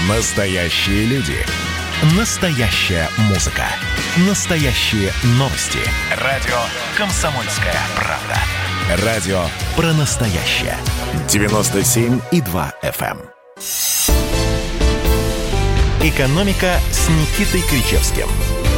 Настоящие люди. Настоящая музыка. Настоящие новости. Радио «Комсомольская правда». Радио про настоящее. 97,2 FM. «Экономика» с Никитой Кричевским.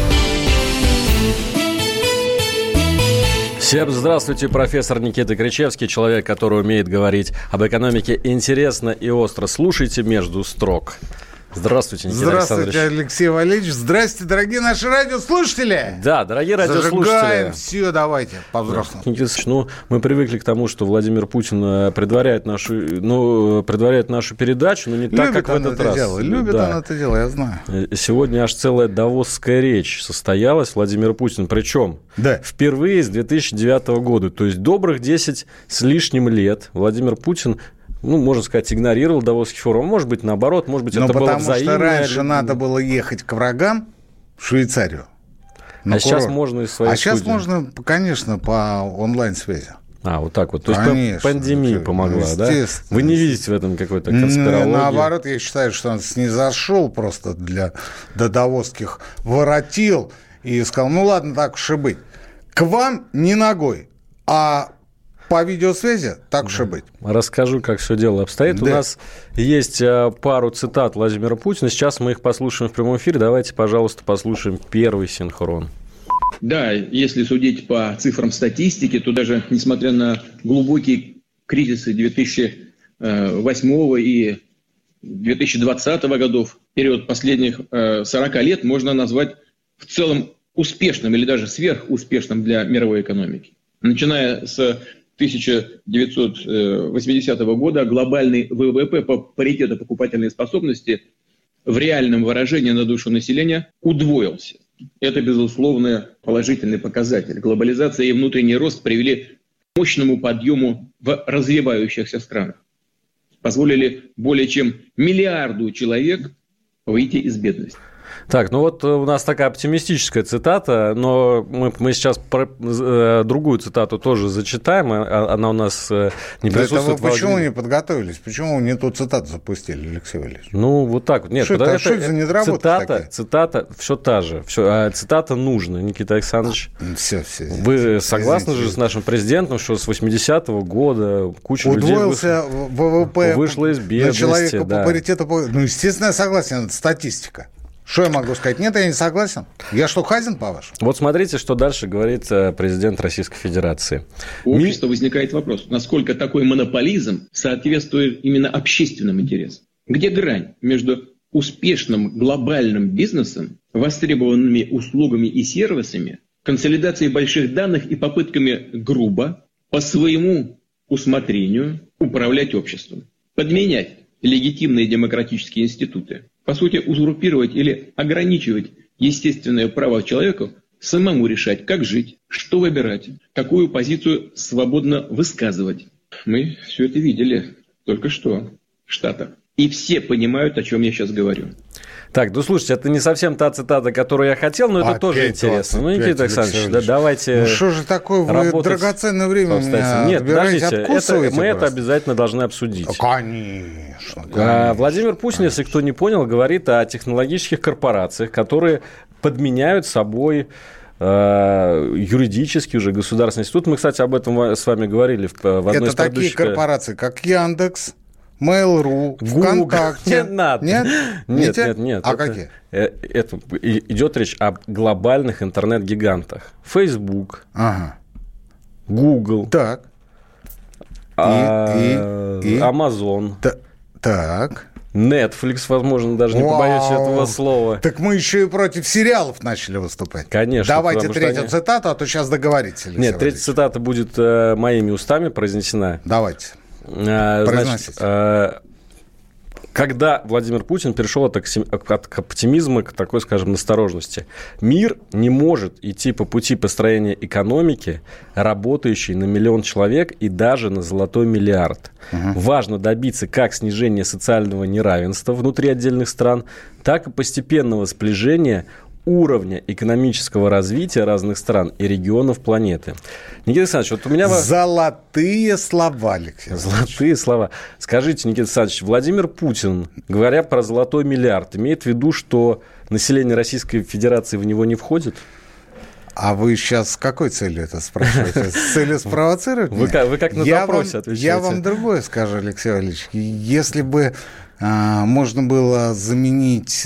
Всем здравствуйте, профессор Никита Кричевский, человек, который умеет говорить об экономике интересно и остро. Слушайте между строк. Здравствуйте, Никита Александрович. Здравствуйте, Алексей Валерьевич. Здрасте, дорогие наши радиослушатели. Да, дорогие радиослушатели. Зажигаем все, давайте, по-взрослому. Никита Александрович, мы привыкли к тому, что Владимир Путин предваряет нашу передачу, но не так, как в этот раз. Любит он это дело, я знаю. Сегодня аж целая давосская речь состоялась Владимир Путин, причем впервые с 2009 года, то есть добрых 10 с лишним лет Владимир Путин, можно сказать, игнорировал Давосский форум. Может быть, наоборот, может быть, это было взаимное. Потому что раньше надо было ехать к врагам в Швейцарию. Сейчас можно из своей сейчас можно, конечно, по онлайн-связи. Вот так вот. То есть пандемия помогла, да? Вы не видите в этом какой-то конспирологии? Наоборот, я считаю, что он снизошел просто до давосских воротил и сказал, ладно, так уж и быть. К вам не ногой, а по видеосвязи так уж и быть. Расскажу, как все дело обстоит. У нас есть пару цитат Владимира Путина. Сейчас мы их послушаем в прямом эфире. Давайте, пожалуйста, послушаем первый синхрон. Да, если судить по цифрам статистики, то даже несмотря на глубокие кризисы 2008 и 2020 годов, период последних 40 лет можно назвать в целом успешным или даже сверхуспешным для мировой экономики. Начиная с 1980 года глобальный ВВП по паритету покупательной способности в реальном выражении на душу населения удвоился. Это, безусловно, положительный показатель. Глобализация и внутренний рост привели к мощному подъему в развивающихся странах. Позволили более чем миллиарду человек выйти из бедности. Так, у нас такая оптимистическая цитата, но мы сейчас другую цитату тоже зачитаем, она у нас не присутствует. Вы почему не подготовились? Почему не ту цитату запустили, Алексей Валерьевич? Вот так вот. Нет, что это за недоработка цитата все та же. Цитата нужна, Никита Александрович. Все. Вы согласны же с нашим президентом, что с 80-го года куча людей удвоился ВВП вышла из бедности. На человека по паритету. Естественно, я согласен, это статистика. Что я могу сказать? Нет, я не согласен. Я что, Хазин, по-вашему? Смотрите, что дальше говорит президент Российской Федерации. У общества возникает вопрос, насколько такой монополизм соответствует именно общественным интересам. Где грань между успешным глобальным бизнесом, востребованными услугами и сервисами, консолидацией больших данных и попытками грубо, по своему усмотрению, управлять обществом, подменять легитимные демократические институты, по сути, узурпировать или ограничивать естественное право человека самому решать, как жить, что выбирать, какую позицию свободно высказывать. Мы все это видели только что в Штатах. И все понимают, о чем я сейчас говорю. Так, слушайте, это не совсем та цитата, которую я хотел, но это тоже интересно. Никита Александрович, давайте что же такое, вы драгоценное время у меня Нет, подождите, откусываете мы это обязательно должны обсудить. Конечно. Владимир Путин, если кто не понял, говорит о технологических корпорациях, которые подменяют собой юридический уже государственный институт. Мы, кстати, об этом с вами говорили в одной из предыдущих... Это такие корпорации, как Яндекс, Mail.ru, ВКонтакте. Не надо. Нет. А какие? Идет речь об глобальных интернет-гигантах. Facebook, Google, Amazon, Netflix, возможно, даже не побоюсь этого слова. Так мы еще и против сериалов начали выступать. Конечно. Давайте третью цитату, а то сейчас договоритесь. Нет, третья цитата будет моими устами произнесена. Давайте. Когда Владимир Путин перешел от оптимизма к такой, скажем, настороженности. Мир не может идти по пути построения экономики, работающей на 1 миллион человек и даже на золотой миллиард. Важно добиться как снижения социального неравенства внутри отдельных стран, так и постепенного сближения уровня экономического развития разных стран и регионов планеты. Никита Александрович, вот у меня... Золотые слова, Алексей. Золотые слова. Скажите, Никита Александрович, Владимир Путин, говоря про золотой миллиард, имеет в виду, что население Российской Федерации в него не входит? А вы сейчас с какой целью это спрашиваете? С целью спровоцировать меня? Вы как на допросе отвечаете. Я вам другое скажу, Алексей Валерьевич. Если бы можно было заменить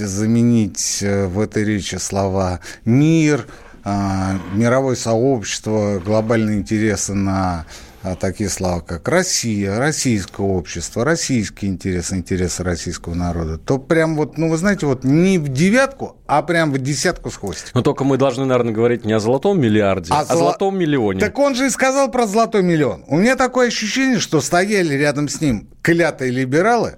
в этой речи слова «мир», «мировое сообщество», «глобальные интересы» на такие слова, как «Россия», «российское общество», «российские интересы», «интересы российского народа», то прям вот, ну, вы знаете, вот не в девятку, а прям в десятку с хвостиком. Но только мы должны, наверное, говорить не о золотом миллиарде, а о золотом миллионе. Так он же и сказал про золотой миллион. У меня такое ощущение, что стояли рядом с ним клятые либералы,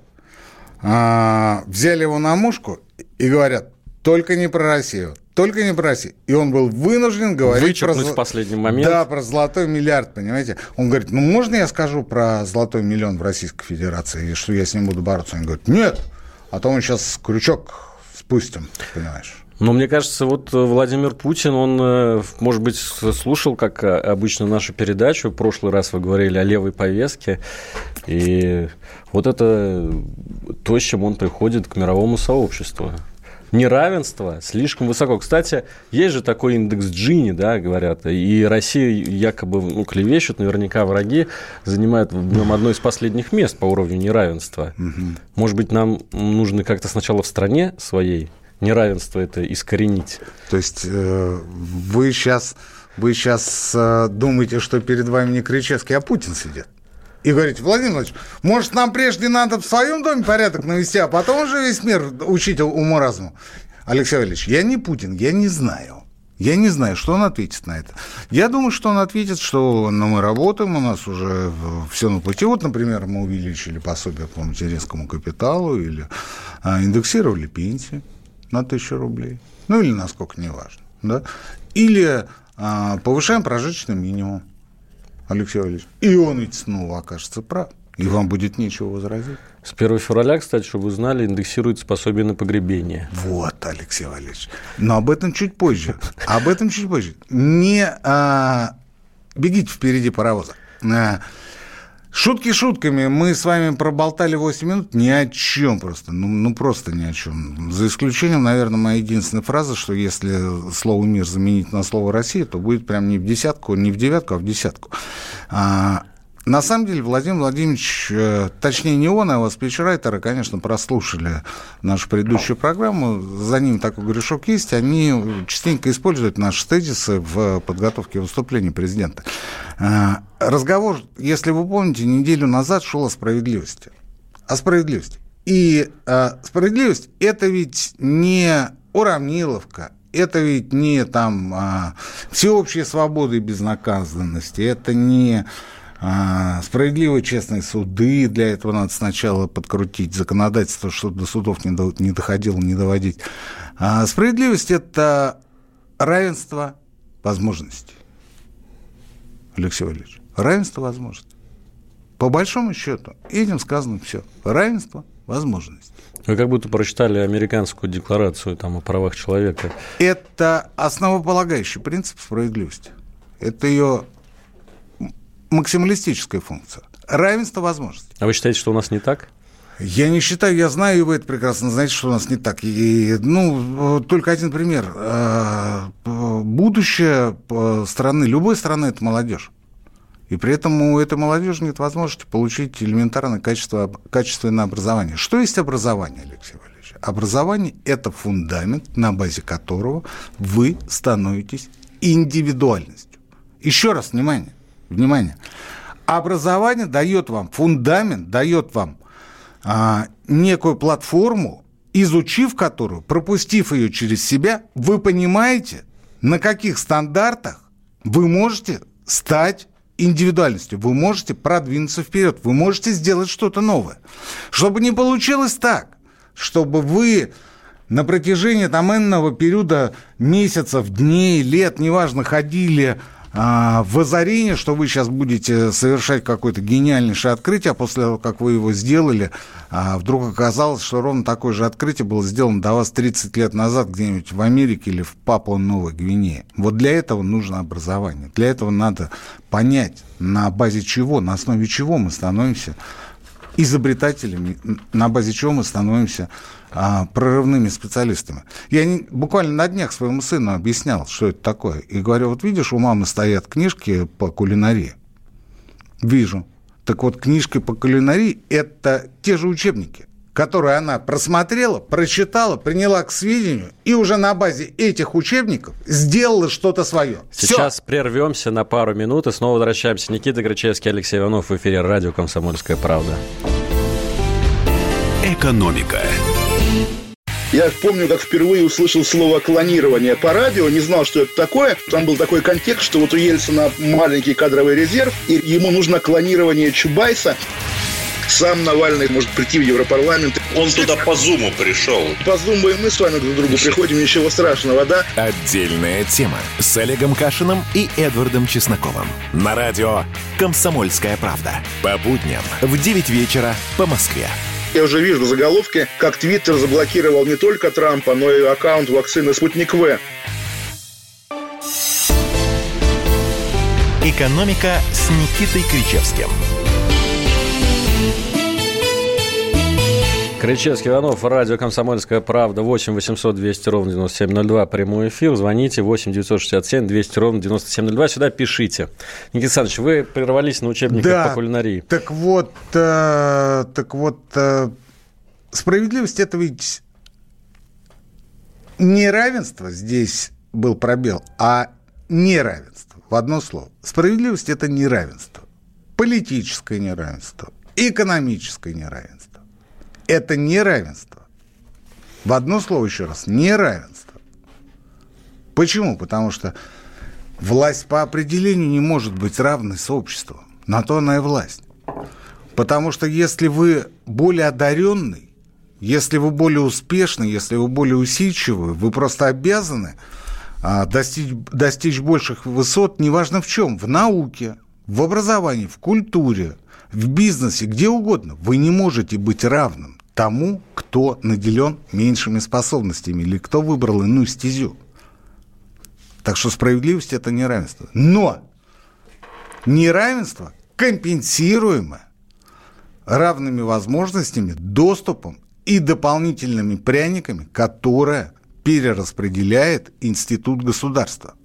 взяли его на мушку и говорят: только не про Россию, только не про Россию. И он был вынужден говорить в последний момент. Да, про золотой миллиард, понимаете. Он говорит: ну, можно я скажу про золотой миллион в Российской Федерации, и что я с ним буду бороться? Он говорит: нет, а то мы сейчас крючок спустим, понимаешь. Но мне кажется, вот Владимир Путин, он, может быть, слушал, как обычно, нашу передачу. В прошлый раз вы говорили о левой повестке. И вот это то, с чем он приходит к мировому сообществу. Неравенство слишком высоко. Кстати, есть же такой индекс Джини, да, говорят, и Россия якобы клевещут, наверняка враги занимают в нем одно из последних мест по уровню неравенства. Угу. Может быть, нам нужно как-то сначала в стране своей неравенство это искоренить? То есть вы сейчас думаете, что перед вами не Кричевский, а Путин сидит? И говорите: Владимир Владимирович, может, нам прежде надо в своем доме порядок навести, а потом уже весь мир учить уму-разуму? Алексей Валерьевич, я не Путин, я не знаю. Я не знаю, что он ответит на это. Я думаю, что он ответит, что мы работаем, у нас уже все на пути. Вот, например, мы увеличили пособие по материнскому капиталу или индексировали пенсии на 1000 рублей. Ну, или на сколько, неважно. Да? Или повышаем прожиточный минимум. Алексей Валерьевич. И он ведь снова окажется прав. И вам будет нечего возразить. С 1 февраля, кстати, чтобы вы знали, индексируется пособие на погребение. Вот, Алексей Валерьевич. Но об этом чуть позже. Не бегите впереди паровоза. Шутки шутками. Мы с вами проболтали 8 минут ни о чем просто. Ну, просто ни о чем. За исключением, наверное, моей единственной фразы, что если слово «мир» заменить на слово «Россия», то будет прям не в десятку, не в девятку, а в десятку. На самом деле, Владимир Владимирович, точнее, не он, а его спичрайтеры, конечно, прослушали нашу предыдущую программу. За ним такой грешок есть. Они частенько используют наши тезисы в подготовке выступления президента. Разговор, если вы помните, неделю назад шел о справедливости. О справедливости. И справедливость – это ведь не уравниловка, это ведь не там всеобщие свободы и безнаказанности, это не справедливые честные суды. Для этого надо сначала подкрутить законодательство, чтобы до судов не доходило, не доводить. Справедливость – это равенство возможностей. Алексей Валерьевич, равенство возможностей. По большому счету, этим сказано все. Равенство возможностей. Вы как будто прочитали американскую декларацию там, о правах человека. Это основополагающий принцип справедливости. Это ее максималистическая функция. Равенство возможностей. А вы считаете, что у нас не так? Я не считаю, я знаю, и вы это прекрасно знаете, что у нас не так. И, только один пример. Будущее страны, любой страны – это молодежь. И при этом у этой молодежи нет возможности получить элементарное качественное образование. Что есть образование, Алексей Валерьевич? Образование – это фундамент, на базе которого вы становитесь индивидуальностью. Еще раз, внимание. Образование дает вам фундамент, дает вам некую платформу, изучив которую, пропустив ее через себя, вы понимаете, на каких стандартах вы можете стать индивидуальностью, вы можете продвинуться вперед, вы можете сделать что-то новое. Чтобы не получилось так, чтобы вы на протяжении энного периода месяцев, дней, лет, неважно, ходили в озарении, что вы сейчас будете совершать какое-то гениальнейшее открытие, а после того, как вы его сделали, вдруг оказалось, что ровно такое же открытие было сделано до вас 30 лет назад где-нибудь в Америке или в Папуа-Новой Гвинее. Вот для этого нужно образование. Для этого надо понять, на базе чего, на основе чего мы становимся изобретателями, на базе чего мы становимся прорывными специалистами. Я буквально на днях своему сыну объяснял, что это такое. И говорю, вот видишь, у мамы стоят книжки по кулинарии. Вижу. Так вот, книжки по кулинарии – это те же учебники, которые она просмотрела, прочитала, приняла к сведению и уже на базе этих учебников сделала что-то свое. Сейчас прервемся на пару минут и снова возвращаемся. Никита Кричевский, Алексей Иванов в эфире радио «Комсомольская правда». Экономика. Я помню, как впервые услышал слово «клонирование» по радио, не знал, что это такое. Там был такой контекст, что вот у Ельцина маленький кадровый резерв, и ему нужно клонирование Чубайса. Сам Навальный может прийти в Европарламент. Он туда по Зуму пришел. По Зуму и мы с вами друг к другу приходим, ничего страшного, да? Отдельная тема с Олегом Кашиным и Эдвардом Чесноковым. На радио «Комсомольская правда». По будням в 9 вечера по Москве. Я уже вижу заголовки, как Твиттер заблокировал не только Трампа, но и аккаунт вакцины «Спутник В». «Экономика» с Никитой Кричевским. Кричевский, Иванов, радио «Комсомольская правда», 8 800 200 ровно 9702, прямой эфир. Звоните 8 967 200 ровно 9702. Сюда пишите. Никита Александрович, вы прервались на учебниках по кулинарии. Так вот, справедливость – это ведь не равенство, здесь был пробел, а неравенство, в одно слово. Справедливость – это неравенство. Политическое неравенство, экономическое неравенство. Это неравенство. В одно слово еще раз. Неравенство. Почему? Потому что власть по определению не может быть равной сообществу. На то она и власть. Потому что если вы более одаренный, если вы более успешный, если вы более усидчивый, вы просто обязаны достичь больших высот, неважно в чем. В науке, в образовании, в культуре, в бизнесе, где угодно. Вы не можете быть равным тому, кто наделен меньшими способностями или кто выбрал иную стезю. Так что справедливость – это неравенство. Но неравенство компенсируемо равными возможностями, доступом и дополнительными пряниками, которые перераспределяет институт государства.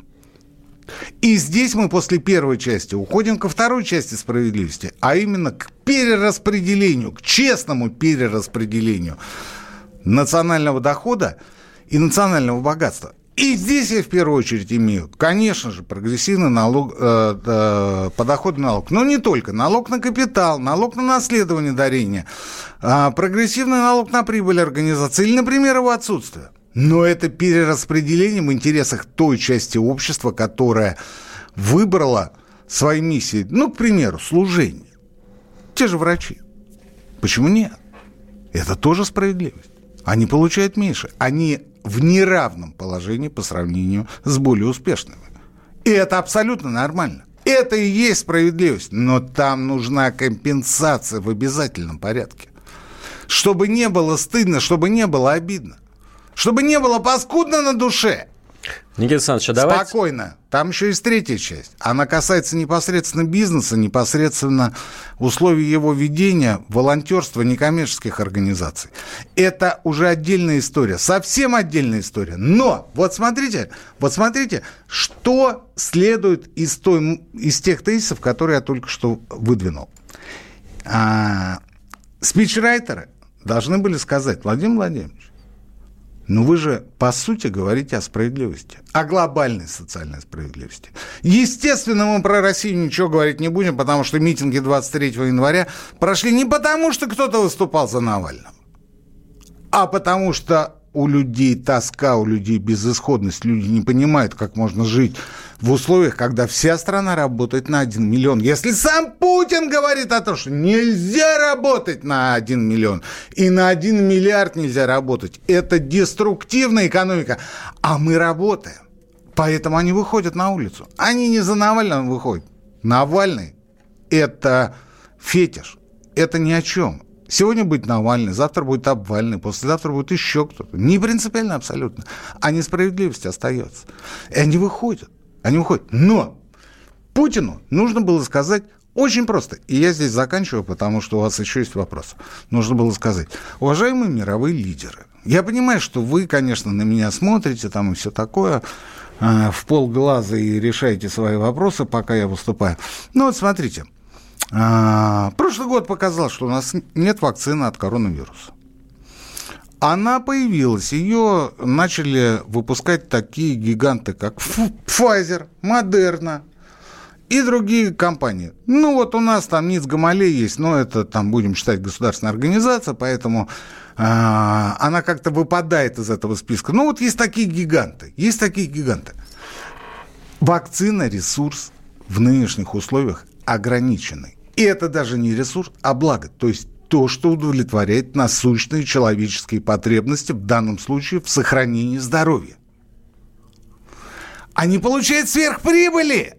И здесь мы после первой части уходим ко второй части справедливости, а именно к перераспределению, к честному перераспределению национального дохода и национального богатства. И здесь я в первую очередь имею, конечно же, прогрессивный налог, подоходный налог, но не только. Налог на капитал, налог на наследование дарения, прогрессивный налог на прибыль организации или, например, его отсутствие. Но это перераспределение в интересах той части общества, которая выбрала свои миссии, к примеру, служение. Те же врачи. Почему нет? Это тоже справедливость. Они получают меньше. Они в неравном положении по сравнению с более успешными. И это абсолютно нормально. Это и есть справедливость. Но там нужна компенсация в обязательном порядке. Чтобы не было стыдно, чтобы не было обидно. Чтобы не было паскудно на душе. Никита Александрович, давайте... Спокойно. Там еще есть третья часть. Она касается непосредственно бизнеса, непосредственно условий его ведения, волонтерства, некоммерческих организаций. Это уже отдельная история. Совсем отдельная история. Но вот смотрите, что следует из тех тезисов, которые я только что выдвинул. Спичрайтеры должны были сказать: Владимир Владимирович, вы же, по сути, говорите о справедливости, о глобальной социальной справедливости. Естественно, мы про Россию ничего говорить не будем, потому что митинги 23 января прошли не потому, что кто-то выступал за Навального, а потому что у людей тоска, у людей безысходность, люди не понимают, как можно жить в условиях, когда вся страна работает на 1 миллион. Если сам Путин говорит о том, что нельзя работать на 1 миллион и на 1 миллиард нельзя работать, это деструктивная экономика, а мы работаем. Поэтому они выходят на улицу. Они не за Навального выходят. Навальный – это фетиш. Это ни о чем. Сегодня будет Навальный, завтра будет Обвальный, послезавтра будет еще кто-то. Не принципиально абсолютно. А несправедливость остается. И они выходят. Но Путину нужно было сказать очень просто. И я здесь заканчиваю, потому что у вас еще есть вопрос. Нужно было сказать: уважаемые мировые лидеры, я понимаю, что вы, конечно, на меня смотрите там и все такое, в полглаза и решаете свои вопросы, пока я выступаю. Ну вот смотрите. Прошлый год показал, что у нас нет вакцины от коронавируса. Она появилась, ее начали выпускать такие гиганты, как Pfizer, Moderna и другие компании. Ну вот у нас там НИЦ Гамалей есть, но это там будем считать государственная организация, поэтому она как-то выпадает из этого списка. Ну вот есть такие гиганты. Вакцина, ресурс в нынешних условиях ограниченный. И это даже не ресурс, а благо. То есть то, что удовлетворяет насущные человеческие потребности, в данном случае в сохранении здоровья. Они получают сверхприбыли.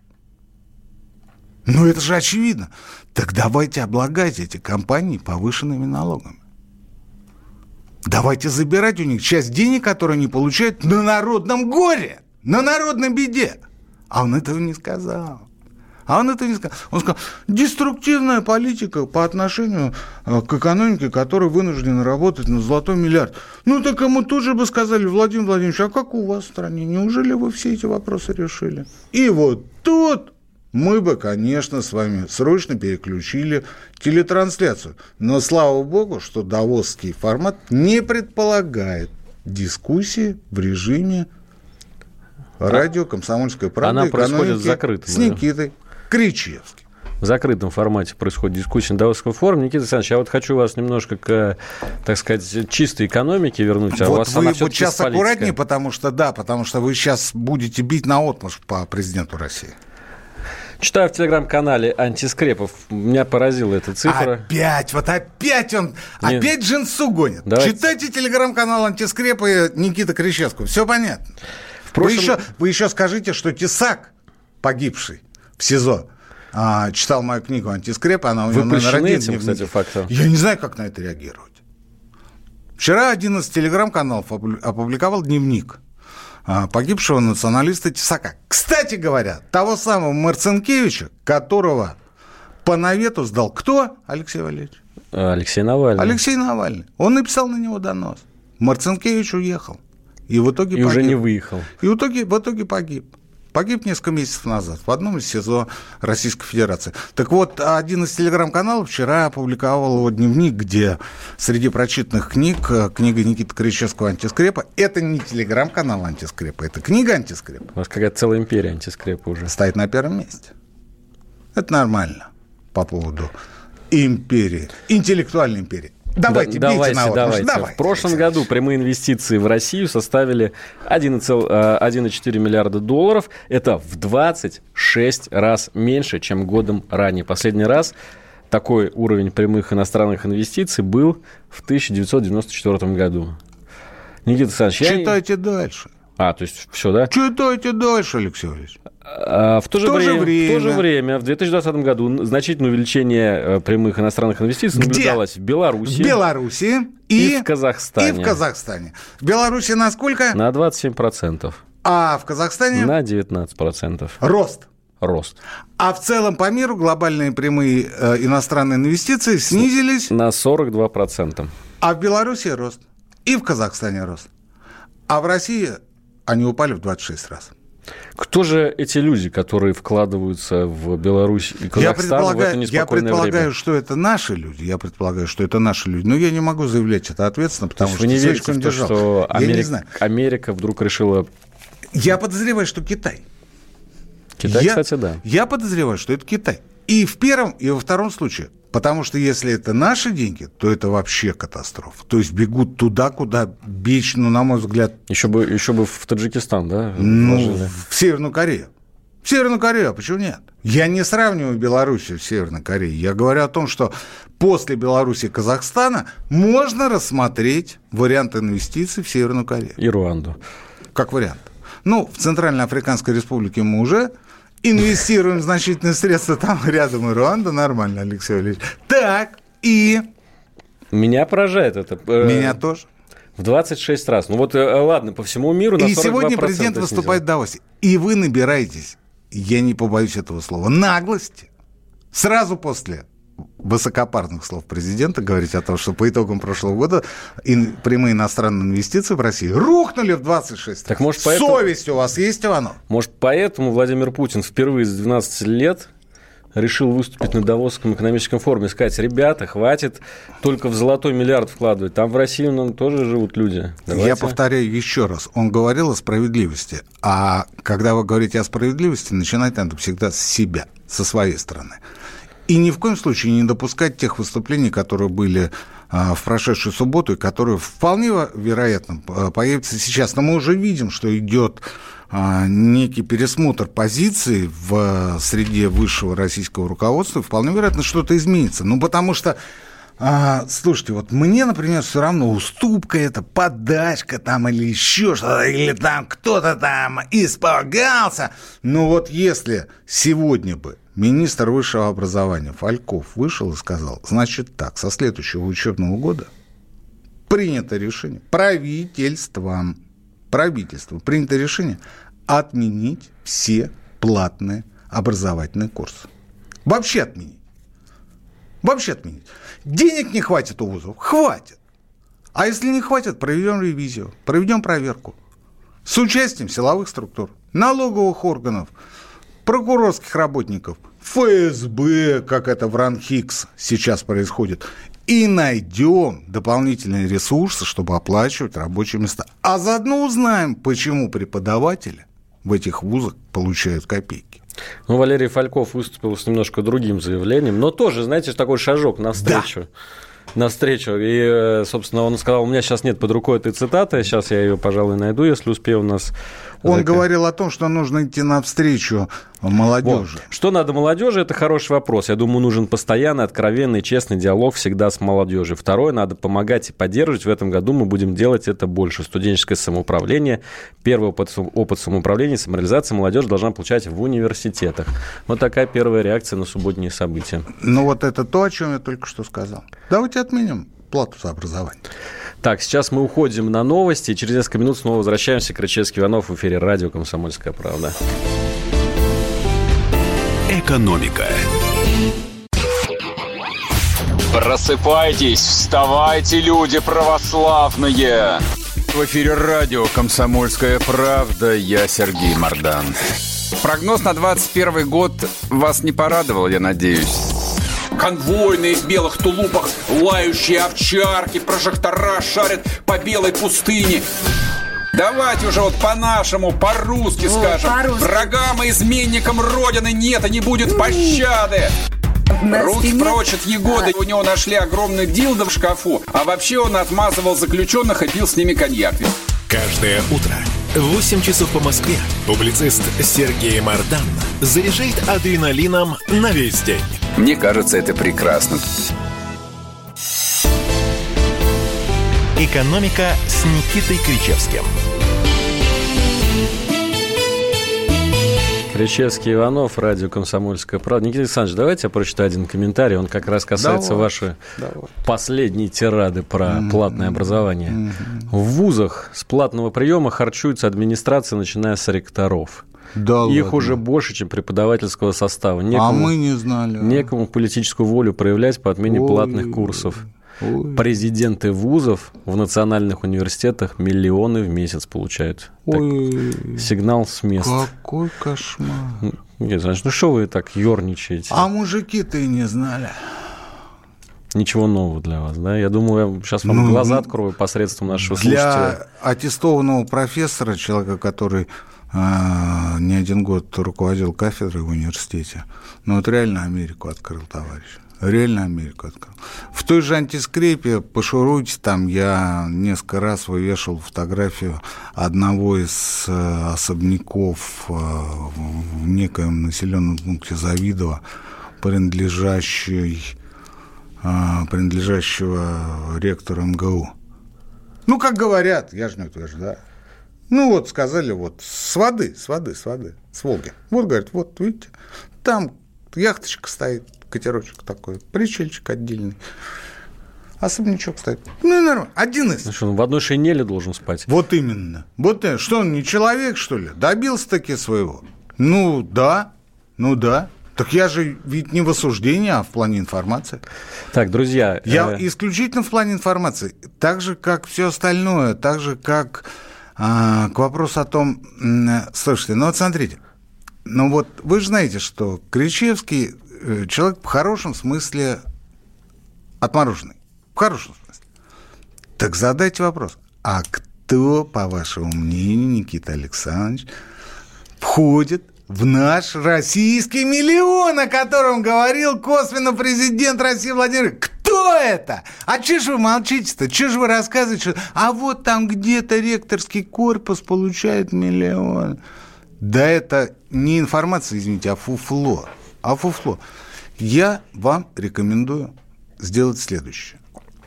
Ну, это же очевидно. Так давайте облагать эти компании повышенными налогами. Давайте забирать у них часть денег, которые они получают на народном горе, на народной беде. А он этого не сказал. Он сказал, деструктивная политика по отношению к экономике, которая вынуждена работать на золотой миллиард. Ну, так ему тут же бы сказали: Владимир Владимирович, а как у вас в стране? Неужели вы все эти вопросы решили? И вот тут мы бы, конечно, с вами срочно переключили телетрансляцию. Но слава богу, что давосский формат не предполагает дискуссии в режиме радио «Комсомольская правда». Она происходит закрытым. С Никитой Кричевским. В закрытом формате происходит дискуссия на Давосском форуме. Никита Александрович, я вот хочу вас немножко к, так сказать, чистой экономике вернуть. А вот у вас вы она вот сейчас аккуратнее, потому что вы сейчас будете бить наотмашь по президенту России. Читаю в телеграм-канале Антискрепов. Меня поразила эта цифра. Опять Джинсу гонит. Давайте. Читайте телеграм-канал Антискрепа Никита Кричевского. Все понятно. Вы еще скажите, что Тесак, погибший в СИЗО, читал мою книгу «Антискреп», она у него номер один. Этим, кстати, фактом. Я не знаю, как на это реагировать. Вчера один из телеграм-каналов опубликовал дневник погибшего националиста Тесака. Кстати говоря, того самого Марцинкевича, которого по навету сдал кто, Алексей Валерьевич? Алексей Навальный. Алексей Навальный. Он написал на него донос. Марцинкевич уехал. И в итоге погиб. Уже не выехал. И в итоге погиб. Погиб несколько месяцев назад в одном из СИЗО Российской Федерации. Так вот, один из телеграм-каналов вчера опубликовал его дневник, где среди прочитанных книг книга Никиты Кричевского «Антискрепа». Это не телеграм-канал «Антискрепа», это книга «Антискрепа». У вас какая-то целая империя Антискрепа уже. Стоит на первом месте. Это нормально по поводу империи, интеллектуальной империи. Давайте. В прошлом году прямые инвестиции в Россию составили 1,4 миллиарда долларов. Это в 26 раз меньше, чем годом ранее. Последний раз такой уровень прямых иностранных инвестиций был в 1994 году. Никита Александрович, читайте дальше. То есть все, да? Читайте дальше, Алексей Валерьевич. В то же время, в 2020 году значительное увеличение прямых иностранных инвестиций наблюдалось в Беларуси и в Казахстане. В Беларуси на сколько? На 27%. А в Казахстане? На 19%. Рост. А в целом по миру глобальные прямые иностранные инвестиции снизились? На 42%. А в Беларуси рост. И в Казахстане рост. А в России они упали в 26 раз. Кто же эти люди, которые вкладываются в Беларусь и Казахстан в это неспокойное время? Я предполагаю, что это наши люди. Но я не могу заявлять это ответственно, потому что... Вы не верите в то, что Америка вдруг решила... Я подозреваю, что Китай. Кстати, да. Я подозреваю, что это Китай. И в первом, и во втором случае. Потому что если это наши деньги, то это вообще катастрофа. То есть бегут туда, куда бечь, на мой взгляд... Еще бы в Таджикистан, да? В Северную Корею. А почему нет? Я не сравниваю Белоруссию с Северной Кореей. Я говорю о том, что после Беларуси и Казахстана можно рассмотреть вариант инвестиций в Северную Корею. И Руанду. Как вариант. Ну, в Центральноафриканской Республике мы уже инвестируем значительные средства, там рядом и Руанда, нормально, Алексей Валерьевич. Так, и... Меня поражает это. Меня тоже. В 26 раз. Ну вот, ладно, по всему миру на 42% И сегодня президент выступает в Давосе. И вы набираетесь, я не побоюсь этого слова, наглости. Сразу после высокопарных слов президента говорить о том, что по итогам прошлого года прямые иностранные инвестиции в России рухнули в 26 раз. Так, может, поэтому... Совесть у вас есть, Иванов? Может, поэтому Владимир Путин впервые с 12 лет решил выступить на Давосском экономическом форуме и сказать: ребята, хватит только в золотой миллиард вкладывать. Там в России тоже живут люди. Давайте. Я повторяю еще раз. Он говорил о справедливости. А когда вы говорите о справедливости, начинать надо всегда с себя, со своей стороны. И ни в коем случае не допускать тех выступлений, которые были в прошедшую субботу, и которые вполне вероятно появятся сейчас. Но мы уже видим, что идет некий пересмотр позиций в среде высшего российского руководства. Вполне вероятно, что-то изменится. Ну, потому что, слушайте, вот мне, например, все равно уступка это, подачка там или еще что-то, или там кто-то там испугался. Но вот если сегодня бы министр высшего образования Фальков вышел и сказал: значит так, со следующего учебного года принято решение, правительство принято решение отменить все платные образовательные курсы. Вообще отменить. Денег не хватит у вузов? Хватит. А если не хватит, проведем ревизию, проведем проверку с участием силовых структур, налоговых органов, прокурорских работников, ФСБ, как это в РАНХИКС сейчас происходит, и найдем дополнительные ресурсы, чтобы оплачивать рабочие места. А заодно узнаем, почему преподаватели в этих вузах получают копейки. Ну, Валерий Фальков выступил с немножко другим заявлением, но тоже, знаете, такой шажок навстречу. Да. Навстречу. И, собственно, он сказал: у меня сейчас нет под рукой этой цитаты, сейчас я ее, пожалуй, найду, если успею у нас. Он говорил о том, что нужно идти навстречу молодежи. Вот. Что надо молодежи, это хороший вопрос. Я думаю, нужен постоянный, откровенный, честный диалог всегда с молодежью. Второе, надо помогать и поддерживать. В этом году мы будем делать это больше. Студенческое самоуправление. Первый опыт самоуправления, самореализации молодежь должна получать в университетах. Вот такая первая реакция на субботние события. Ну вот это то, о чем я только что сказал. Давайте отменим плату за образование. Так, сейчас мы уходим на новости. Через несколько минут снова возвращаемся. Кричевский, Иванов в эфире радио «Комсомольская правда». Экономика. Просыпайтесь, вставайте, люди православные! В эфире радио «Комсомольская правда». Я Сергей Мордан. Прогноз на 2021 год вас не порадовал, я надеюсь. Конвойные в белых тулупах, лающие овчарки, прожектора шарят по белой пустыне. Давайте уже вот по-нашему, по-русски скажем. По-русски. Врагам и изменникам Родины нет и не будет пощады. Руки прочь от Егоды. У него нашли огромный дилдо в шкафу. А вообще он отмазывал заключенных и пил с ними коньяк. Каждое утро в 8 часов по Москве публицист Сергей Мордан заряжает адреналином на весь день. Мне кажется, это прекрасно. Экономика с Никитой Кричевским. Кричевский, Иванов, радио «Комсомольская правда». Никита Александрович, давайте я прочитаю один комментарий. Он как раз касается вашей последней тирады про платное образование. В вузах с платного приема харчуется администрация, начиная с ректоров. Да Их ладно. уже больше, чем преподавательского состава. Некому, а мы не знали. Некому политическую волю проявлять по отмене платных курсов. Президенты вузов в национальных университетах миллионы в месяц получают. Сигнал с места. Какой кошмар. Нет, значит, ну что вы так ерничаете? А мужики-то и не знали. Ничего нового для вас, да? Я думаю, я сейчас вам глаза открою посредством нашего слушателя. Для аттестованного профессора, человека, который не один год руководил кафедрой в университете, ну вот реально Америку открыл, товарищ. Реально Америку открыл. В той же антискрепе пошуруйте, там я несколько раз вывешивал фотографию одного из особняков в некоем населенном пункте Завидово, принадлежащего ректору МГУ. Ну, как говорят, я же не утверждаю. Ну, вот сказали, вот, с воды, с Волги. Вот, говорят, вот, видите, там яхточка стоит, катерочек такой, причальчик отдельный. Особнячок стоит. Ну, нормально. Один из. Ну что, он в одной шинели должен спать? Вот именно. Вот что, он не человек, что ли? Добился-таки своего? Ну, да. Так я же ведь не в осуждении, а в плане информации. Так, друзья... Я исключительно в плане информации. Так же, как все остальное. Так же, как к вопросу о том... Слушайте, ну вот смотрите. Ну вот вы же знаете, что Кричевский человек в хорошем смысле отмороженный. В хорошем смысле. Так задайте вопрос. А кто, по вашему мнению, Никита Александрович, входит в наш российский миллион, о котором говорил косвенно президент России Владимир? Кто это? А че ж вы молчите-то? Че ж вы рассказываете? А вот там где-то ректорский корпус получает миллион. Да это не информация, извините, а фуфло. Я вам рекомендую сделать следующее.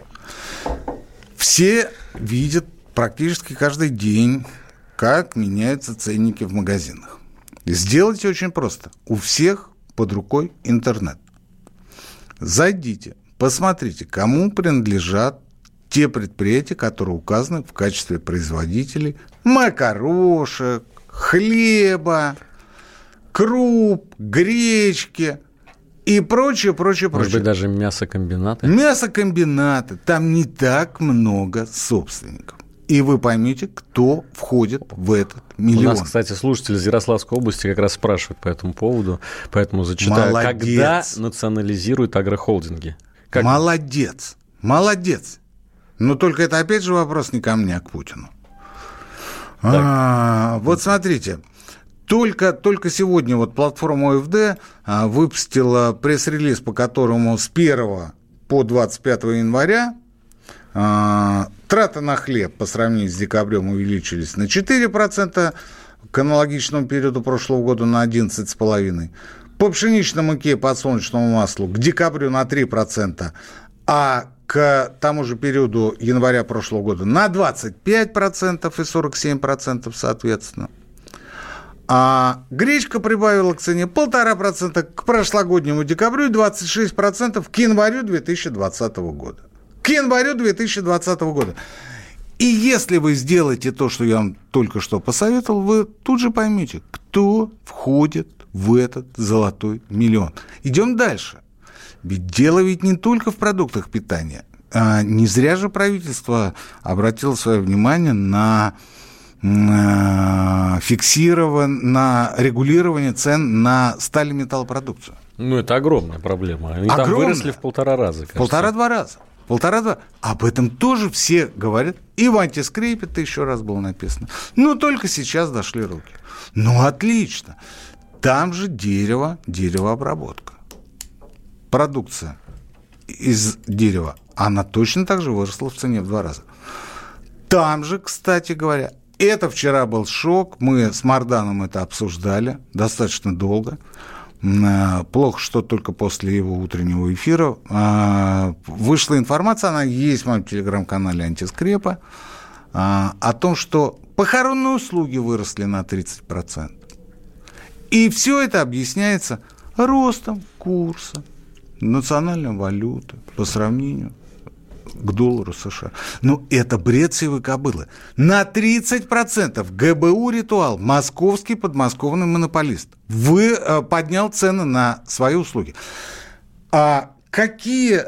Все видят практически каждый день, как меняются ценники в магазинах. Сделайте очень просто. У всех под рукой интернет. Зайдите, посмотрите, кому принадлежат те предприятия, которые указаны в качестве производителей макарошек, хлеба, круп, гречки и прочее. Может быть, даже мясокомбинаты? Мясокомбинаты. Там не так много собственников. И вы поймете, кто входит в этот миллион. У нас, кстати, слушатель из Ярославской области как раз спрашивает по этому поводу, поэтому зачитаю. Молодец. Когда национализируют агрохолдинги? Молодец. Но только это опять же вопрос не ко мне, а к Путину. Вот смотрите. Только сегодня вот платформа ОФД выпустила пресс-релиз, по которому с 1 по 25 января траты на хлеб по сравнению с декабрем увеличились на 4%, к аналогичному периоду прошлого года на 11,5%. По пшеничной муке и подсолнечному маслу к декабрю на 3%, а к тому же периоду января прошлого года на 25% и 47% соответственно. А гречка прибавила к цене 1,5% к прошлогоднему декабрю и 26% к январю 2020 года. И если вы сделаете то, что я вам только что посоветовал, вы тут же поймете, кто входит в этот золотой миллион. Идем дальше. Ведь дело не только в продуктах питания. Не зря же правительство обратило свое внимание на регулирование цен на сталь и металлопродукцию. Ну, это огромная проблема. Они там выросли в 1,5 раза. В 1,5-2 раза. Об этом тоже все говорят. И в антискрепе это еще раз было написано. Но только сейчас дошли руки. Ну, отлично. Там же деревообработка. Продукция из дерева, она точно так же выросла в цене в 2 раза. Там же, кстати говоря, это вчера был шок. Мы с Марданом это обсуждали достаточно долго. Плохо, что только после его утреннего эфира вышла информация, она есть в моем телеграм-канале «Антискрепа», о том, что похоронные услуги выросли на 30%. И все это объясняется ростом курса национальной валюты по сравнению к доллару США. Ну, это бред сивой кобылы. На 30% ГБУ «Ритуал», московский подмосковный монополист, поднял цены на свои услуги. А какие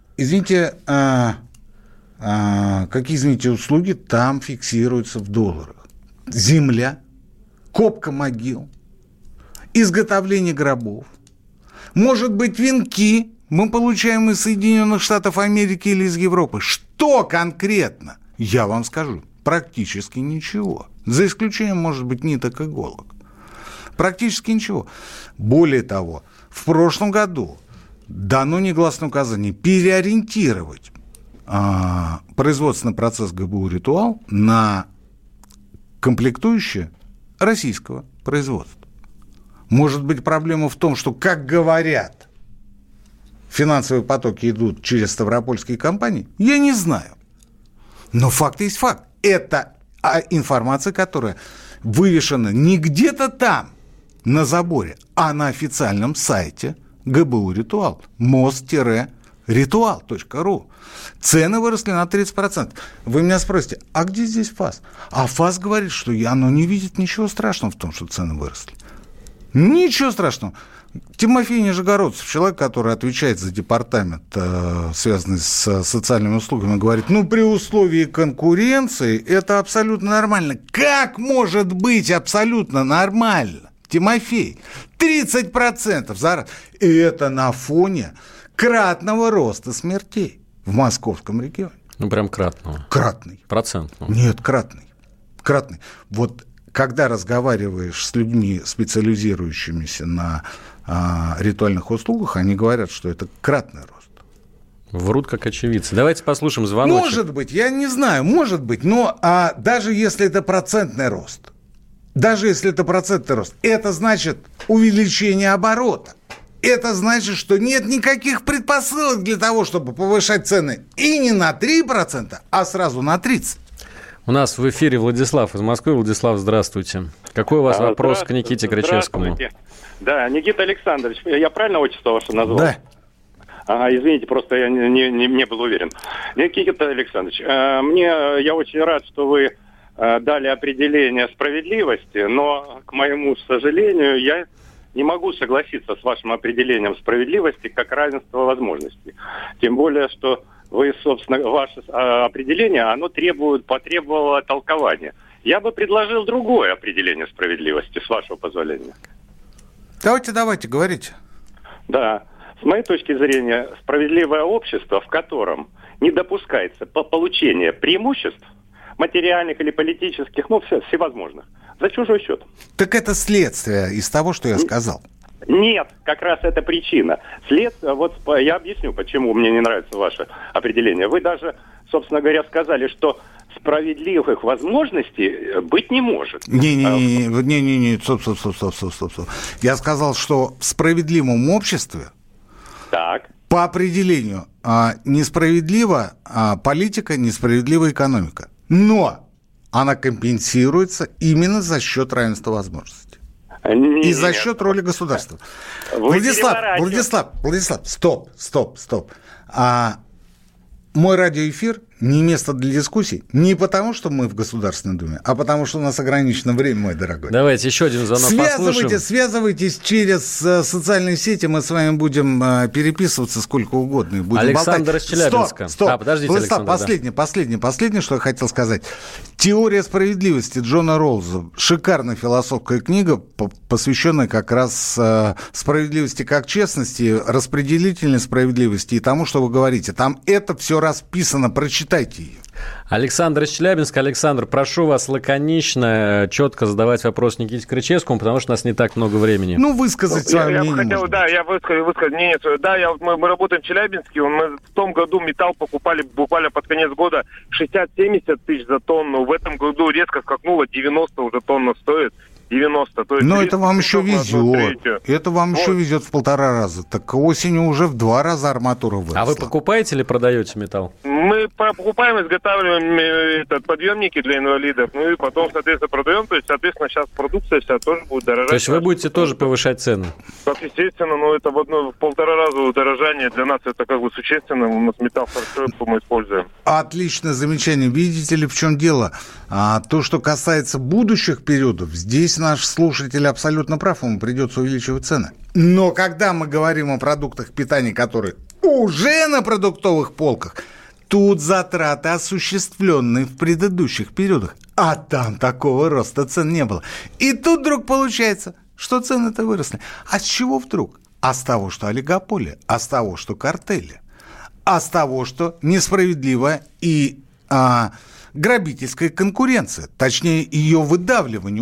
услуги там фиксируются в долларах? Земля, копка могил, изготовление гробов, может быть, венки мы получаем из Соединенных Штатов Америки или из Европы. Что конкретно? Я вам скажу. Практически ничего. За исключением, может быть, ниток и иголок. Практически ничего. Более того, в прошлом году дано негласное указание переориентировать производственный процесс ГБУ «Ритуал» на комплектующие российского производства. Может быть, проблема в том, что, как говорят, финансовые потоки идут через ставропольские компании? Я не знаю. Но факт есть факт. Это а информация, которая вывешена не где-то там, на заборе, а на официальном сайте ГБУ «Ритуал». мост-ритуал.ру. Цены выросли на 30%. Вы меня спросите, а где здесь ФАС? А ФАС говорит, что оно не видит ничего страшного в том, что цены выросли. Ничего страшного. Тимофей Нижегородцев, человек, который отвечает за департамент, связанный с социальными услугами, говорит, при условии конкуренции это абсолютно нормально. Как может быть абсолютно нормально, Тимофей? 30% за раз. И это на фоне кратного роста смертей в московском регионе. Прям кратного. Кратный. Процентного. Нет, кратный. Кратный. Вот когда разговариваешь с людьми, специализирующимися на ритуальных услугах, они говорят, что это кратный рост. Врут как очевидцы. Давайте послушаем звоночек. Может быть, я не знаю, может быть, но даже если это процентный рост, это значит увеличение оборота. Это значит, что нет никаких предпосылок для того, чтобы повышать цены и не на 3%, а сразу на 30%. У нас в эфире Владислав из Москвы. Владислав, здравствуйте. Какой у вас вопрос к Никите Кричевскому? Да, Никита Александрович, я правильно отчество ваше назвал? Да. Извините, просто я не был уверен. Никита Александрович, я очень рад, что вы дали определение справедливости, но, к моему сожалению, я не могу согласиться с вашим определением справедливости как равенство возможностей. Тем более, что вы, собственно, ваше определение, оно потребовало толкования. Я бы предложил другое определение справедливости, с вашего позволения. Давайте, говорите. Да. С моей точки зрения, справедливое общество, в котором не допускается получение преимуществ, материальных или политических, всевозможных, за чужой счет. Так это следствие из того, что я сказал. Нет, как раз это причина. Я объясню, почему мне не нравится ваше определение. Вы даже, собственно говоря, сказали, что справедливых возможностей быть не может. Не, стоп. Я сказал, что в справедливом обществе по определению несправедлива политика, несправедлива экономика. Но она компенсируется именно за счет равенства возможностей. И за счет роли государства. Владислав, стоп. Мой радиоэфир не место для дискуссий не потому, что мы в Государственной Думе, а потому, что у нас ограничено время, мой дорогой. Давайте еще один звонок послушаем. Связывайтесь через социальные сети, мы с вами будем переписываться сколько угодно. И будем Александр болтать. из Челябинска. Стоп. Подождите, Владислав, последнее, что я хотел сказать. «Теория справедливости» Джона Роллза. Шикарная философская книга, посвященная как раз справедливости как честности, распределительной справедливости и тому, что вы говорите. Там это все расписано, прочитайте ее. Александр из Челябинска. Александр, прошу вас лаконично, четко задавать вопрос Никите Кричевскому, потому что у нас не так много времени. Высказать свое мнение. Я высказать мнение свое. Да, мы работаем в Челябинске, мы в том году металл покупали буквально под конец года 60-70 тысяч за тонну. В этом году резко скакнуло, 90 уже тонна стоит. 90. То есть это вам еще везет. Это вам еще везет в 1,5 раза. Так осенью уже в 2 раза арматура выросла. А вы покупаете или продаете металл? Мы покупаем, изготавливаем подъемники для инвалидов, и потом, соответственно, продаем. То есть, соответственно, сейчас продукция вся тоже будет дорожать. То есть вы будете тоже повышать цены? Так, естественно, это в 1,5 раза удорожание. Для нас это существенно. У нас металл хорошо, мы используем. Отличное замечание. Видите ли, в чем дело? То, что касается будущих периодов, здесь наш слушатель абсолютно прав, ему придется увеличивать цены. Но когда мы говорим о продуктах питания, которые уже на продуктовых полках, тут затраты, осуществленные в предыдущих периодах. А там такого роста цен не было. И тут вдруг получается, что цены-то выросли. А с чего вдруг? А с того, что олигополия, а с того, что картели, а с того, что несправедливая и грабительская конкуренция, точнее ее удавливание.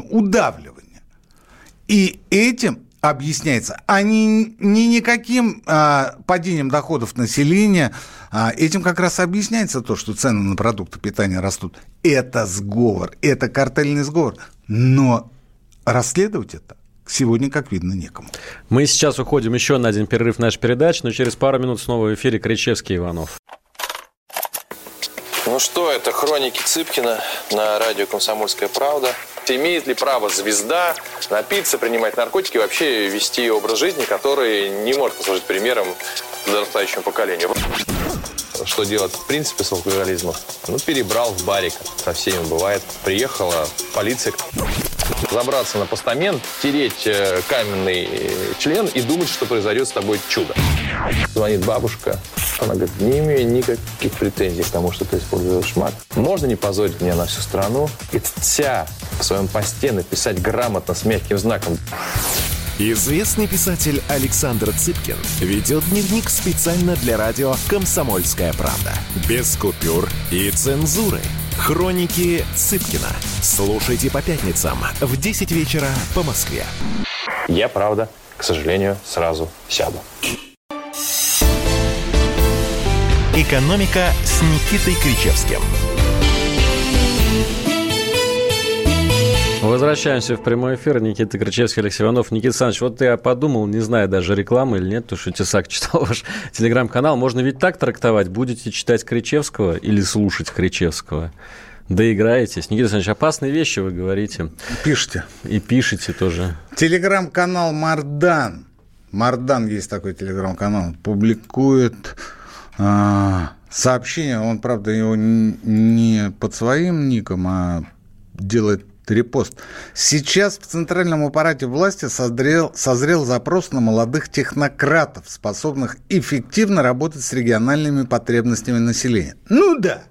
И этим объясняется, а не никаким падением доходов населения. Этим как раз объясняется то, что цены на продукты питания растут. Это сговор, это картельный сговор. Но расследовать это сегодня, как видно, некому. Мы сейчас уходим еще на один перерыв нашей передачи, но через пару минут снова в эфире Кричевский и Иванов. Ну что, это хроники Цыпкина на радио «Комсомольская правда». Имеет ли право звезда напиться, принимать наркотики и вообще вести образ жизни, который не может послужить примером подрастающему поколению? Что делать в принципе с алкоголизмом? Ну, перебрал в барик. Со всеми бывает. Приехала полиция. Забраться на постамент, тереть каменный член и думать, что произойдет с тобой чудо. Звонит бабушка. Она говорит, не имею никаких претензий к тому, что ты используешь мат. Можно не позорить меня на всю страну и вся в своем посте написать грамотно с мягким знаком. Известный писатель Александр Цыпкин ведет дневник специально для радио «Комсомольская правда». Без купюр и цензуры. Хроники Цыпкина. Слушайте по пятницам в 10 вечера по Москве. Я, правда, к сожалению, сразу сяду. «Экономика» с Никитой Кричевским. Возвращаемся в прямой эфир. Никита Кричевский, Алексей Иванов. Никита Александрович, вот я подумал, не знаю даже рекламы или нет, потому что Тесак читал ваш телеграм-канал. Можно ведь так трактовать? Будете читать Кричевского или слушать Кричевского? Доиграетесь. Никита Александрович, опасные вещи вы говорите. Пишите. И пишете тоже. Телеграм-канал Мардан. Мардан есть такой телеграм-канал. Публикует сообщение. Он, правда, его не под своим ником, а делает репост. Сейчас в центральном аппарате власти созрел запрос на молодых технократов, способных эффективно работать с региональными потребностями населения. Ну да.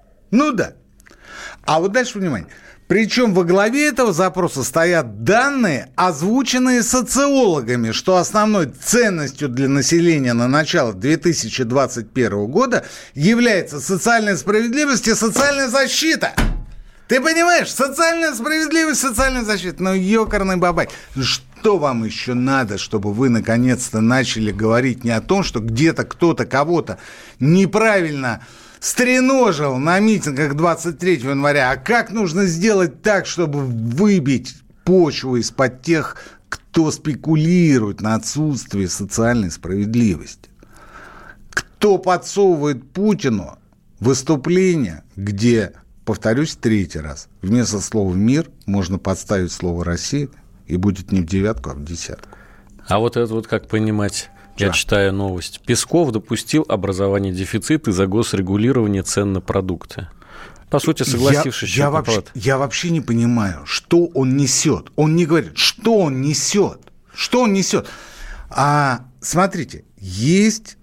А вот дальше внимание. Причем во главе этого запроса стоят данные, озвученные социологами, что основной ценностью для населения на начало 2021 года является социальная справедливость и социальная защита. Ты понимаешь? Социальная справедливость, социальная защита. Ну, ёкарный бабай. Что вам еще надо, чтобы вы наконец-то начали говорить не о том, что где-то кто-то кого-то неправильно стреножил на митингах 23 января, а как нужно сделать так, чтобы выбить почву из-под тех, кто спекулирует на отсутствии социальной справедливости? Кто подсовывает Путину выступление, где... Повторюсь третий раз. Вместо слова «мир» можно подставить слово «Россия», и будет не в девятку, а в десятку. А вот это вот как понимать? Я читаю новость. Песков допустил образование дефицита из-за госрегулирования цен на продукты. По сути, согласившись... Я вообще не понимаю, что он несет. Он не говорит, что он несет. Что он несет? Смотрите, есть...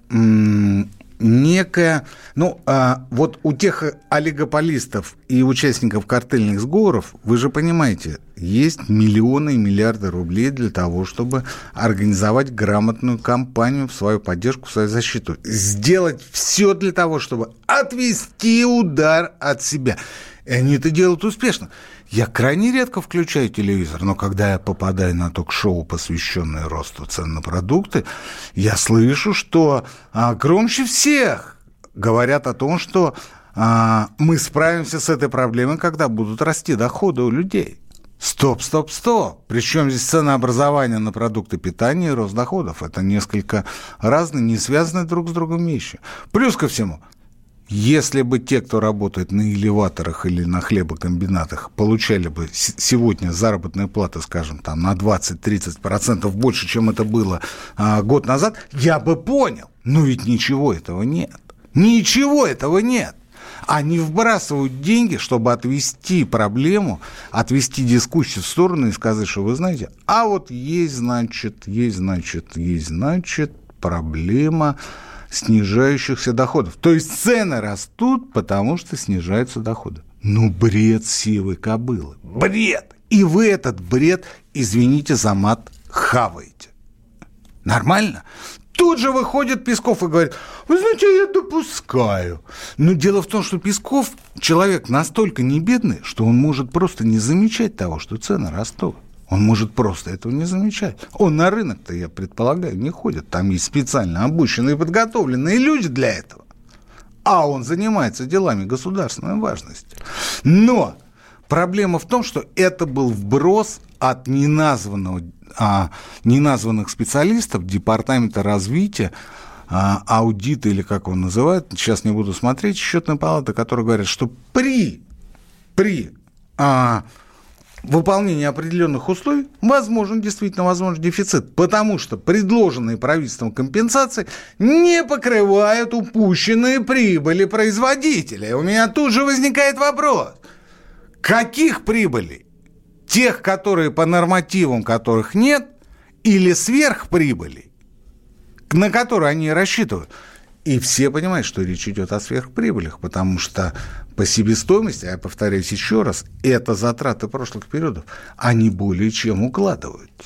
некая, вот у тех олигополистов и участников картельных сговоров, вы же понимаете, есть миллионы и миллиарды рублей для того, чтобы организовать грамотную кампанию в свою поддержку, в свою защиту. Сделать все для того, чтобы отвести удар от себя. И они это делают успешно. Я крайне редко включаю телевизор, но когда я попадаю на ток-шоу, посвященное росту цен на продукты, я слышу, что громче всех говорят о том, что мы справимся с этой проблемой, когда будут расти доходы у людей. Стоп. Причем здесь ценообразование на продукты питания и рост доходов. Это несколько разные, не связанные друг с другом вещи. Плюс ко всему, если бы те, кто работает на элеваторах или на хлебокомбинатах, получали бы сегодня заработную плату, скажем, там, на 20-30% больше, чем это было год назад, я бы понял. Но ведь ничего этого нет. Они вбрасывают деньги, чтобы отвести проблему, отвести дискуссию в сторону и сказать, что вы знаете, а вот есть, значит, проблема снижающихся доходов. То есть цены растут, потому что снижаются доходы. Ну, бред сивой кобылы. Бред! И вы этот бред, извините за мат, хаваете. Нормально? Тут же выходит Песков и говорит, вы знаете, я допускаю. Но дело в том, что Песков человек настолько не бедный, что он может просто не замечать того, что цены растут. Он может просто этого не замечать. Он на рынок-то, я предполагаю, не ходит. Там есть специально обученные и подготовленные люди для этого. А он занимается делами государственной важности. Но проблема в том, что это был вброс от неназванных специалистов Департамента развития аудиты, или как он называет, сейчас не буду смотреть, счетная палата, которые говорят, что при выполнении определенных условий возможен дефицит, потому что предложенные правительством компенсации не покрывают упущенные прибыли производителя. И у меня тут же возникает вопрос, каких прибылей? Тех, которые по нормативам которых нет, или сверхприбылей, на которые они рассчитывают? И все понимают, что речь идет о сверхприбылях, потому что по себестоимости, я повторяюсь еще раз, это затраты прошлых периодов, они более чем укладываются.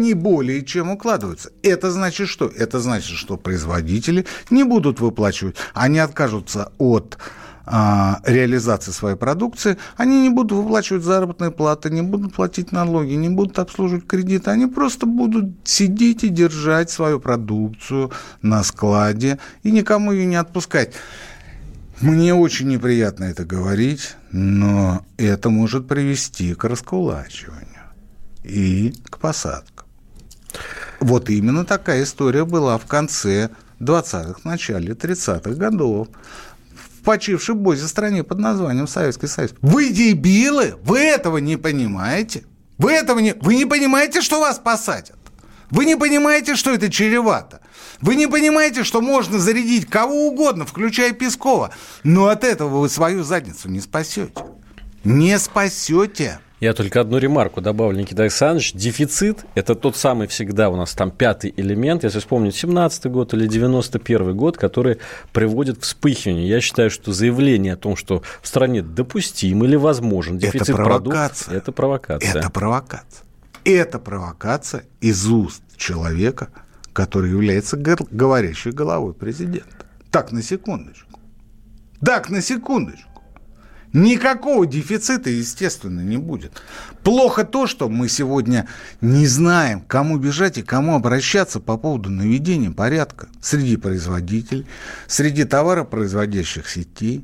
Это значит что? Это значит, что производители не будут выплачивать, они откажутся от реализации своей продукции, они не будут выплачивать заработные платы, не будут платить налоги, не будут обслуживать кредиты, они просто будут сидеть и держать свою продукцию на складе и никому ее не отпускать. Мне очень неприятно это говорить, но это может привести к раскулачиванию и к посадкам. Вот именно такая история была в конце 20-х, начале 30-х годов. В почившей бозе стране под названием Советский Союз. Вы дебилы? Вы этого не понимаете? Вы не понимаете, что вас посадят? Вы не понимаете, что это чревато? Вы не понимаете, что можно зарядить кого угодно, включая Пескова, но от этого вы свою задницу не спасете. Не спасете. Я только одну ремарку добавлю, Никита Александрович. Дефицит – это тот самый всегда у нас там пятый элемент, если вспомнить 17-й год или 91-й год, который приводит к вспыхиванию. Я считаю, что заявление о том, что в стране допустим или возможен дефицит продуктов – это провокация. Это провокация из уст человека, который является говорящей головой президента. Так, на секундочку. Никакого дефицита, естественно, не будет. Плохо то, что мы сегодня не знаем, кому бежать и кому обращаться по поводу наведения порядка среди производителей, среди товаропроизводящих сетей.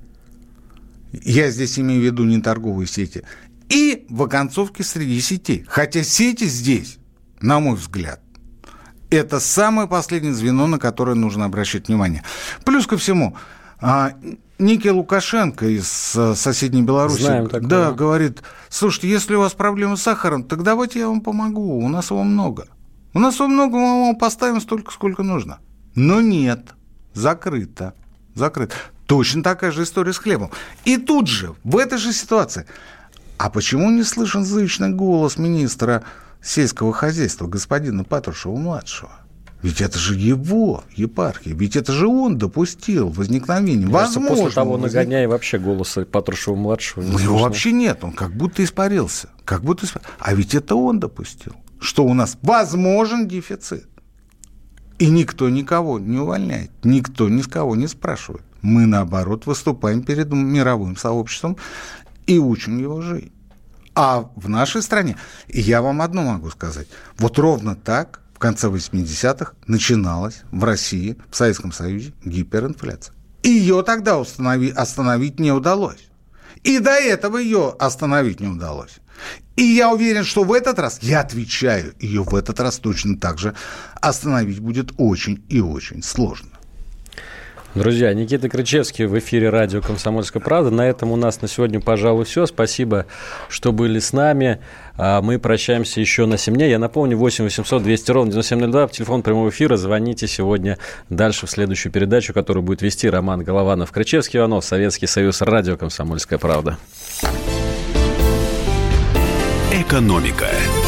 Я здесь имею в виду не торговые сети. И в оконцовке среди сетей. Хотя сети здесь, на мой взгляд, это самое последнее звено, на которое нужно обращать внимание. Плюс ко всему, некий Лукашенко из соседней Беларуси говорит: слушайте, если у вас проблемы с сахаром, так давайте я вам помогу, у нас его много. Мы вам поставим столько, сколько нужно. Но нет, закрыто. Точно такая же история с хлебом. И тут же, в этой же ситуации, а почему не слышен зычный голос министра сельского хозяйства, господина Патрушева-младшего? Ведь это же его епархия, ведь это же он допустил возникновение. Возможно, после того нагоняя вообще голоса Патрушева-младшего. Его вообще нет, он как будто испарился. А ведь это он допустил, что у нас возможен дефицит. И никто никого не увольняет, никто ни с кого не спрашивает. Мы, наоборот, выступаем перед мировым сообществом и учим его жить. А в нашей стране, я вам одно могу сказать, вот ровно так в конце 80-х начиналась в России, в Советском Союзе, гиперинфляция. Ее тогда остановить не удалось. И до этого ее остановить не удалось. И я уверен, что в этот раз, я отвечаю, ее в этот раз точно так же остановить будет очень и очень сложно. Друзья, Никита Крычевский в эфире радио «Комсомольская правда». На этом у нас на сегодня, пожалуй, все. Спасибо, что были с нами. Мы прощаемся еще на 7 дней. Я напомню, 8 800 200 ровно 9702, телефон прямого эфира. Звоните сегодня дальше в следующую передачу, которую будет вести Роман Голованов. Крычевский, Иванов, Советский Союз, радио «Комсомольская правда». Экономика.